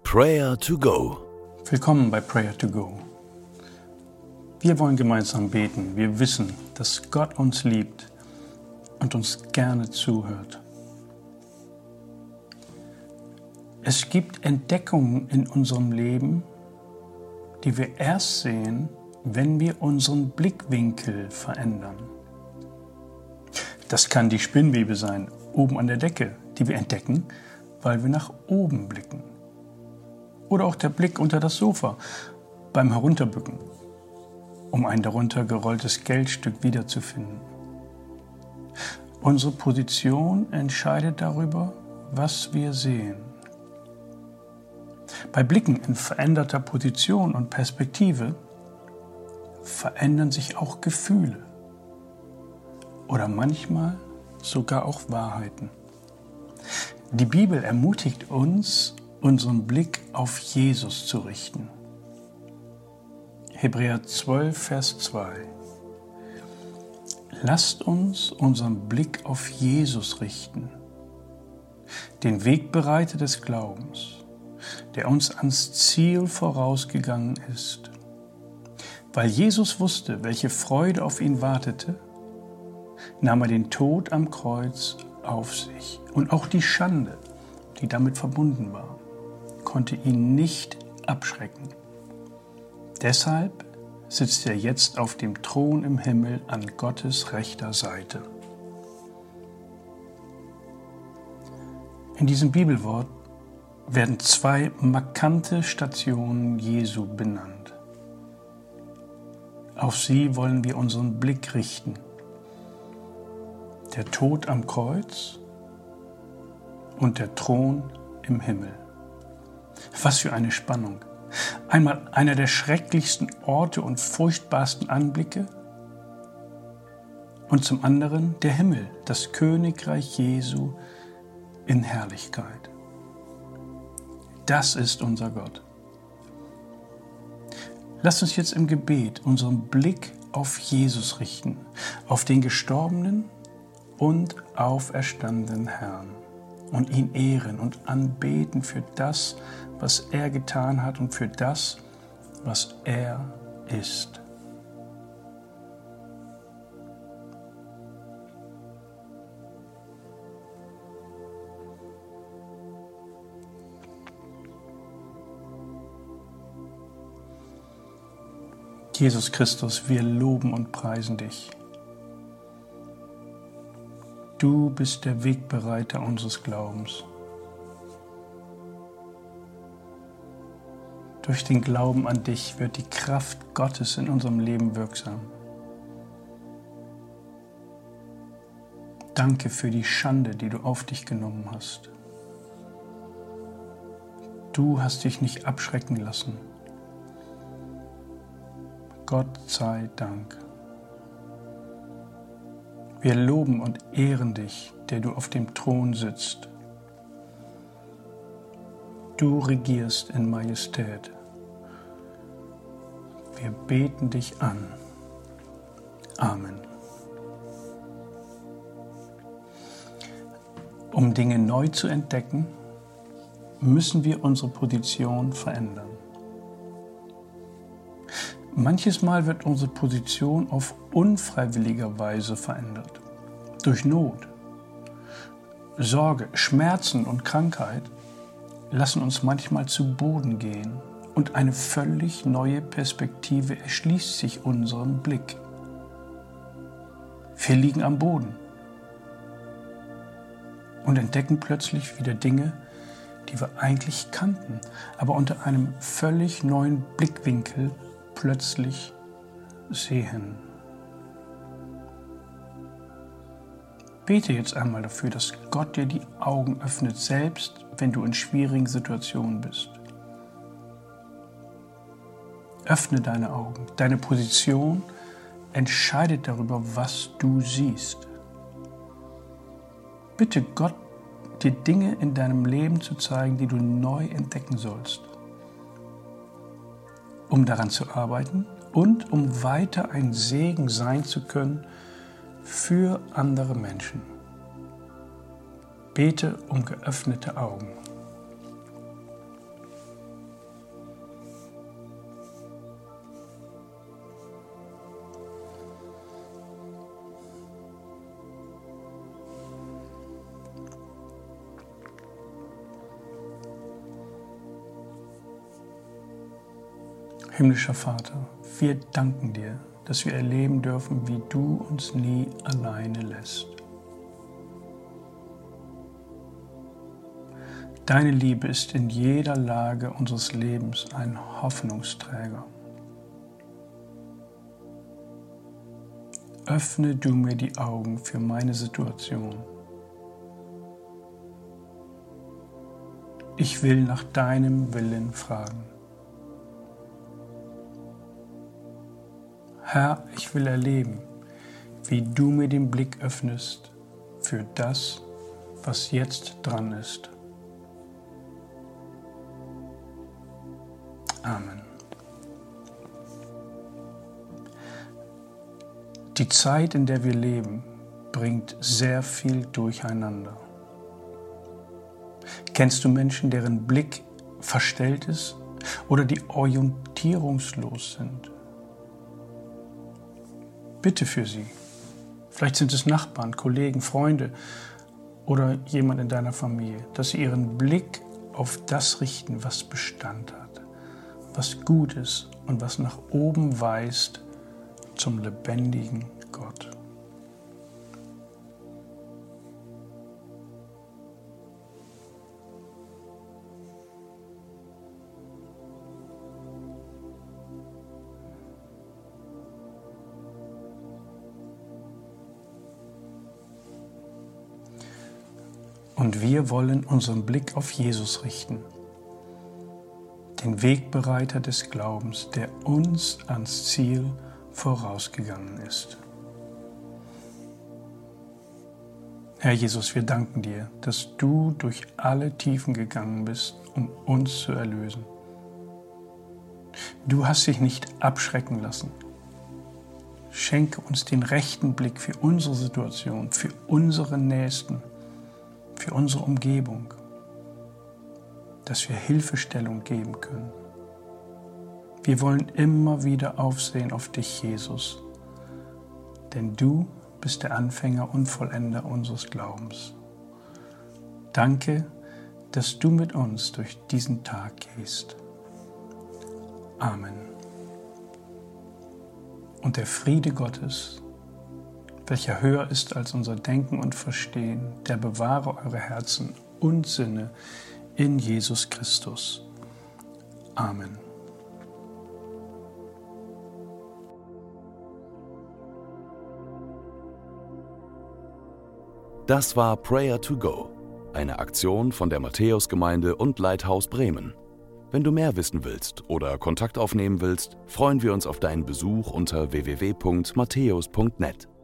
Prayer to Go. Willkommen bei Prayer to Go. Wir wollen gemeinsam beten. Wir wissen, dass Gott uns liebt und uns gerne zuhört. Es gibt Entdeckungen in unserem Leben, die wir erst sehen, wenn wir unseren Blickwinkel verändern. Das kann die Spinnwebe sein, oben an der Decke, die wir entdecken, weil wir nach oben blicken. Oder auch der Blick unter das Sofa beim Herunterbücken, um ein darunter gerolltes Geldstück wiederzufinden. Unsere Position entscheidet darüber, was wir sehen. Bei Blicken in veränderter Position und Perspektive verändern sich auch Gefühle oder manchmal sogar auch Wahrheiten. Die Bibel ermutigt uns, unseren Blick auf Jesus zu richten. Hebräer 12, Vers 2. Lasst uns unseren Blick auf Jesus richten, den Wegbereiter des Glaubens, der uns ans Ziel vorausgegangen ist. Weil Jesus wusste, welche Freude auf ihn wartete, nahm er den Tod am Kreuz auf sich. Und auch die Schande, die damit verbunden war, konnte ihn nicht abschrecken. Deshalb sitzt er jetzt auf dem Thron im Himmel an Gottes rechter Seite. In diesem Bibelwort werden zwei markante Stationen Jesu benannt. Auf sie wollen wir unseren Blick richten. Der Tod am Kreuz und der Thron im Himmel. Was für eine Spannung. Einmal einer der schrecklichsten Orte und furchtbarsten Anblicke und zum anderen der Himmel, das Königreich Jesu in Herrlichkeit. Das ist unser Gott. Lasst uns jetzt im Gebet unseren Blick auf Jesus richten, auf den gestorbenen und auferstandenen Herrn und ihn ehren und anbeten für das, was er getan hat und für das, was er ist. Jesus Christus, wir loben und preisen dich. Du bist der Wegbereiter unseres Glaubens. Durch den Glauben an dich wird die Kraft Gottes in unserem Leben wirksam. Danke für die Schande, die du auf dich genommen hast. Du hast dich nicht abschrecken lassen. Gott sei Dank. Wir loben und ehren dich, der du auf dem Thron sitzt. Du regierst in Majestät. Wir beten dich an. Amen. Um Dinge neu zu entdecken, müssen wir unsere Position verändern. Manches Mal wird unsere Position auf unfreiwilliger Weise verändert. Durch Not, Sorge, Schmerzen und Krankheit lassen uns manchmal zu Boden gehen und eine völlig neue Perspektive erschließt sich unserem Blick. Wir liegen am Boden und entdecken plötzlich wieder Dinge, die wir eigentlich kannten, aber unter einem völlig neuen Blickwinkel plötzlich sehen. Bete jetzt einmal dafür, dass Gott dir die Augen öffnet, selbst wenn du in schwierigen Situationen bist. Öffne deine Augen. Deine Position entscheidet darüber, was du siehst. Bitte Gott, dir Dinge in deinem Leben zu zeigen, die du neu entdecken sollst, um daran zu arbeiten und um weiter ein Segen sein zu können für andere Menschen. Bete um geöffnete Augen. Himmlischer Vater, wir danken dir, dass wir erleben dürfen, wie du uns nie alleine lässt. Deine Liebe ist in jeder Lage unseres Lebens ein Hoffnungsträger. Öffne du mir die Augen für meine Situation. Ich will nach deinem Willen fragen. Herr, ich will erleben, wie du mir den Blick öffnest für das, was jetzt dran ist. Amen. Die Zeit, in der wir leben, bringt sehr viel durcheinander. Kennst du Menschen, deren Blick verstellt ist oder die orientierungslos sind? Bitte für sie. Vielleicht sind es Nachbarn, Kollegen, Freunde oder jemand in deiner Familie, dass sie ihren Blick auf das richten, was Bestand hat, was gut ist und was nach oben weist zum lebendigen Gott. Und wir wollen unseren Blick auf Jesus richten, den Wegbereiter des Glaubens, der uns ans Ziel vorausgegangen ist. Herr Jesus, wir danken dir, dass du durch alle Tiefen gegangen bist, um uns zu erlösen. Du hast dich nicht abschrecken lassen. Schenke uns den rechten Blick für unsere Situation, für unsere Nächsten, für unsere Umgebung, dass wir Hilfestellung geben können. Wir wollen immer wieder aufsehen auf dich, Jesus, denn du bist der Anfänger und Vollender unseres Glaubens. Danke, dass du mit uns durch diesen Tag gehst. Amen. Und der Friede Gottes, welcher höher ist als unser Denken und Verstehen, der bewahre eure Herzen und Sinne in Jesus Christus. Amen. Das war Prayer to Go, eine Aktion von der Matthäusgemeinde und Lighthouse Bremen. Wenn du mehr wissen willst oder Kontakt aufnehmen willst, freuen wir uns auf deinen Besuch unter www.matthäus.net.